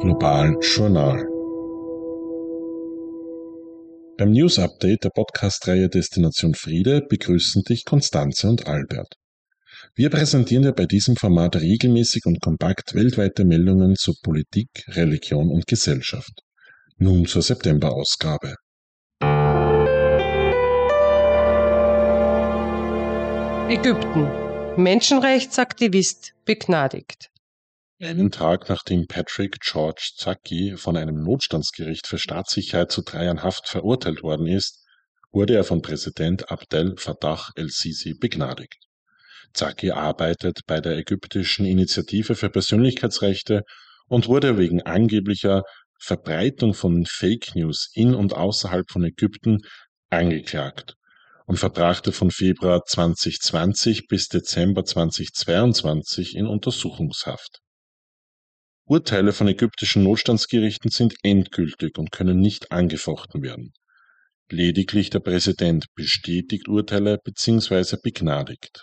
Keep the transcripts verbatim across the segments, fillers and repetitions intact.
Global Journal. Beim News Update der Podcast-Reihe Destination Friede begrüßen dich Konstanze und Albert. Wir präsentieren dir bei diesem Format regelmäßig und kompakt weltweite Meldungen zu Politik, Religion und Gesellschaft. Nun zur September-Ausgabe. Ägypten. Menschenrechtsaktivist begnadigt. Einen Tag nachdem Patrick George Zaki von einem Notstandsgericht für Staatssicherheit zu drei Jahren Haft verurteilt worden ist, wurde er von Präsident Abdel Fattah el-Sisi begnadigt. Zaki arbeitet bei der ägyptischen Initiative für Persönlichkeitsrechte und wurde wegen angeblicher Verbreitung von Fake News in und außerhalb von Ägypten angeklagt und verbrachte von Februar zweitausendzwanzig bis Dezember zweitausendzweiundzwanzig in Untersuchungshaft. Urteile von ägyptischen Notstandsgerichten sind endgültig und können nicht angefochten werden. Lediglich der Präsident bestätigt Urteile bzw. begnadigt.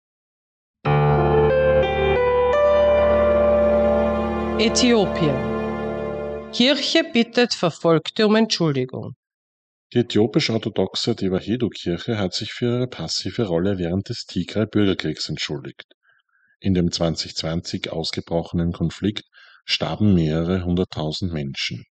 Äthiopien. Kirche bittet Verfolgte um Entschuldigung. Die äthiopisch-orthodoxe Tewahedo-Kirche hat sich für ihre passive Rolle während des Tigray-Bürgerkriegs entschuldigt. In dem zweitausendzwanzig ausgebrochenen Konflikt starben mehrere hunderttausend Menschen.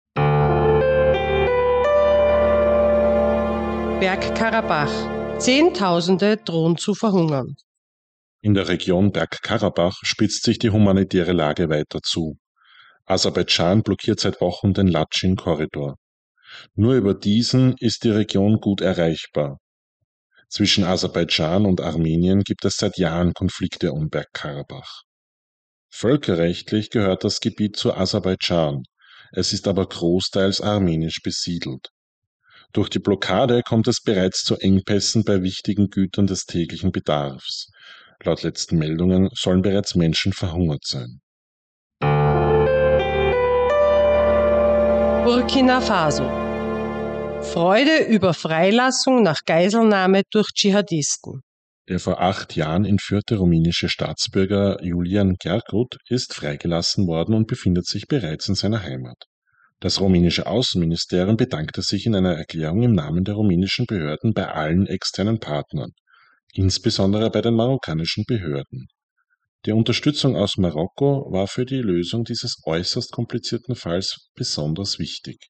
Bergkarabach. Zehntausende drohen zu verhungern. In der Region Bergkarabach spitzt sich die humanitäre Lage weiter zu. Aserbaidschan blockiert seit Wochen den Latschin-Korridor. Nur über diesen ist die Region gut erreichbar. Zwischen Aserbaidschan und Armenien gibt es seit Jahren Konflikte um Bergkarabach. Völkerrechtlich gehört das Gebiet zu Aserbaidschan, es ist aber großteils armenisch besiedelt. Durch die Blockade kommt es bereits zu Engpässen bei wichtigen Gütern des täglichen Bedarfs. Laut letzten Meldungen sollen bereits Menschen verhungert sein. Burkina Faso. Freude über Freilassung nach Geiselnahme durch Dschihadisten. Der vor acht Jahren entführte rumänische Staatsbürger Julian Gergut ist freigelassen worden und befindet sich bereits in seiner Heimat. Das rumänische Außenministerium bedankte sich in einer Erklärung im Namen der rumänischen Behörden bei allen externen Partnern, insbesondere bei den marokkanischen Behörden. Die Unterstützung aus Marokko war für die Lösung dieses äußerst komplizierten Falls besonders wichtig.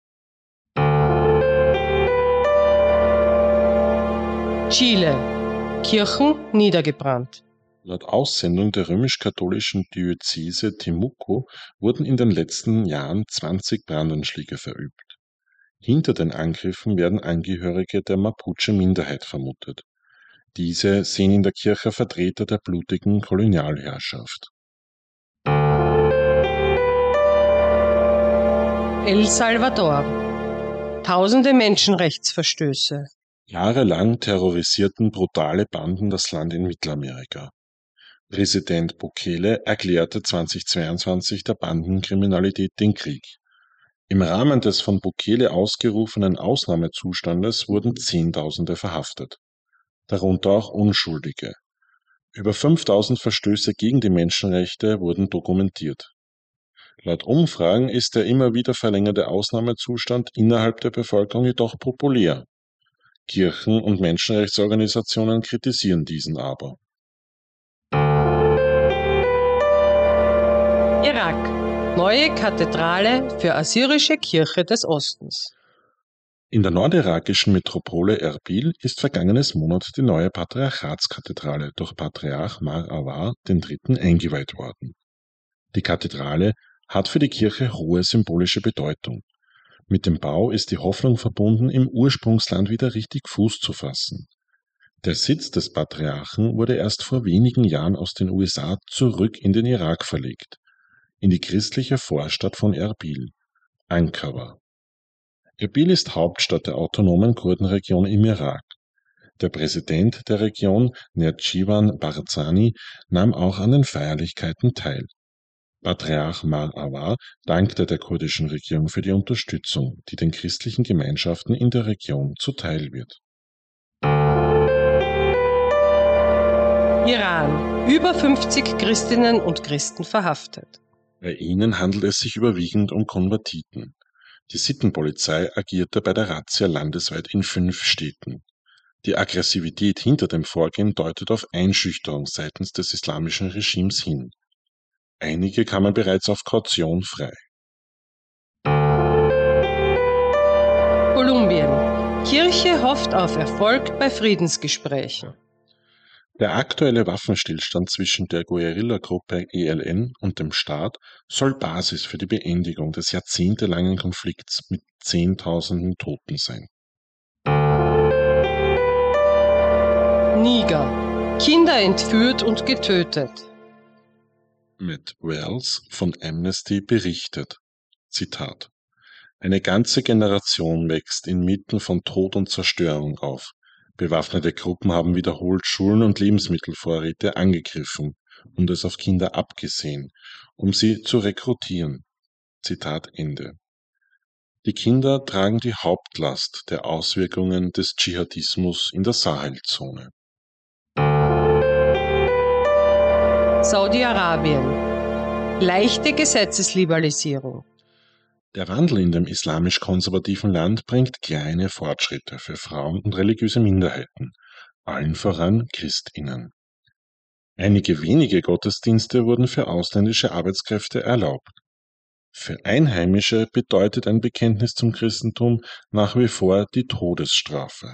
Chile. Kirchen niedergebrannt. Laut Aussendung der römisch-katholischen Diözese Temuco wurden in den letzten Jahren zwanzig Brandanschläge verübt. Hinter den Angriffen werden Angehörige der Mapuche-Minderheit vermutet. Diese sehen in der Kirche Vertreter der blutigen Kolonialherrschaft. El Salvador. Tausende Menschenrechtsverstöße. Jahrelang terrorisierten brutale Banden das Land in Mittelamerika. Präsident Bukele erklärte zweitausendzweiundzwanzig der Bandenkriminalität den Krieg. Im Rahmen des von Bukele ausgerufenen Ausnahmezustandes wurden Zehntausende verhaftet, darunter auch Unschuldige. Über fünftausend Verstöße gegen die Menschenrechte wurden dokumentiert. Laut Umfragen ist der immer wieder verlängerte Ausnahmezustand innerhalb der Bevölkerung jedoch populär. Kirchen und Menschenrechtsorganisationen kritisieren diesen aber. Irak. Neue Kathedrale für assyrische Kirche des Ostens. In der nordirakischen Metropole Erbil ist vergangenes Monat die neue Patriarchatskathedrale durch Patriarch Mar Awar den Dritten eingeweiht worden. Die Kathedrale hat für die Kirche hohe symbolische Bedeutung. Mit dem Bau ist die Hoffnung verbunden, im Ursprungsland wieder richtig Fuß zu fassen. Der Sitz des Patriarchen wurde erst vor wenigen Jahren aus den U S A zurück in den Irak verlegt, in die christliche Vorstadt von Erbil, Ankara. Erbil ist Hauptstadt der autonomen Kurdenregion im Irak. Der Präsident der Region, Nerdjivan Barzani, nahm auch an den Feierlichkeiten teil. Patriarch Mar Awar dankte der kurdischen Regierung für die Unterstützung, die den christlichen Gemeinschaften in der Region zuteil wird. Iran. Über fünfzig Christinnen und Christen verhaftet. Bei ihnen handelt es sich überwiegend um Konvertiten. Die Sittenpolizei agierte bei der Razzia landesweit in fünf Städten. Die Aggressivität hinter dem Vorgehen deutet auf Einschüchterung seitens des islamischen Regimes hin. Einige kamen bereits auf Kaution frei. Kolumbien. Kirche hofft auf Erfolg bei Friedensgesprächen. Der aktuelle Waffenstillstand zwischen der Guerillagruppe E L N und dem Staat soll Basis für die Beendigung des jahrzehntelangen Konflikts mit Zehntausenden Toten sein. Niger. Kinder entführt und getötet. Matt Wells von Amnesty berichtet, Zitat: Eine ganze Generation wächst inmitten von Tod und Zerstörung auf. Bewaffnete Gruppen haben wiederholt Schulen und Lebensmittelvorräte angegriffen und es auf Kinder abgesehen, um sie zu rekrutieren. Zitat Ende. Die Kinder tragen die Hauptlast der Auswirkungen des Dschihadismus in der Sahelzone. Saudi-Arabien. Leichte Gesetzesliberalisierung. Der Wandel in dem islamisch-konservativen Land bringt kleine Fortschritte für Frauen und religiöse Minderheiten, allen voran Christinnen. Einige wenige Gottesdienste wurden für ausländische Arbeitskräfte erlaubt. Für Einheimische bedeutet ein Bekenntnis zum Christentum nach wie vor die Todesstrafe.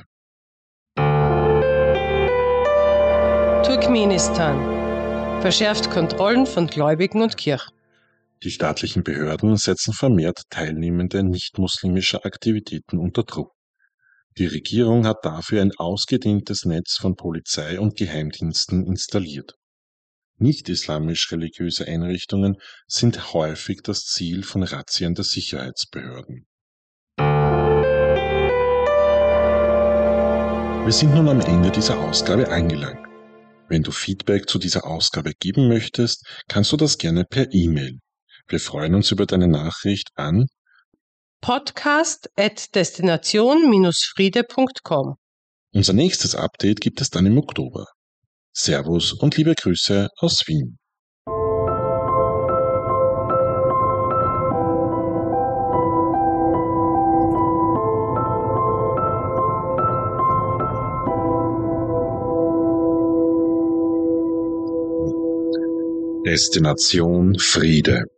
Turkmenistan. Verschärft Kontrollen von Gläubigen und Kirchen. Die staatlichen Behörden setzen vermehrt Teilnehmende nicht-muslimischer Aktivitäten unter Druck. Die Regierung hat dafür ein ausgedehntes Netz von Polizei und Geheimdiensten installiert. Nicht-islamisch-religiöse Einrichtungen sind häufig das Ziel von Razzien der Sicherheitsbehörden. Wir sind nun am Ende dieser Ausgabe angelangt. Wenn du Feedback zu dieser Ausgabe geben möchtest, kannst du das gerne per E-Mail. Wir freuen uns über deine Nachricht an podcast at destination friede punkt com. Unser nächstes Update gibt es dann im Oktober. Servus und liebe Grüße aus Wien. Destination Friede.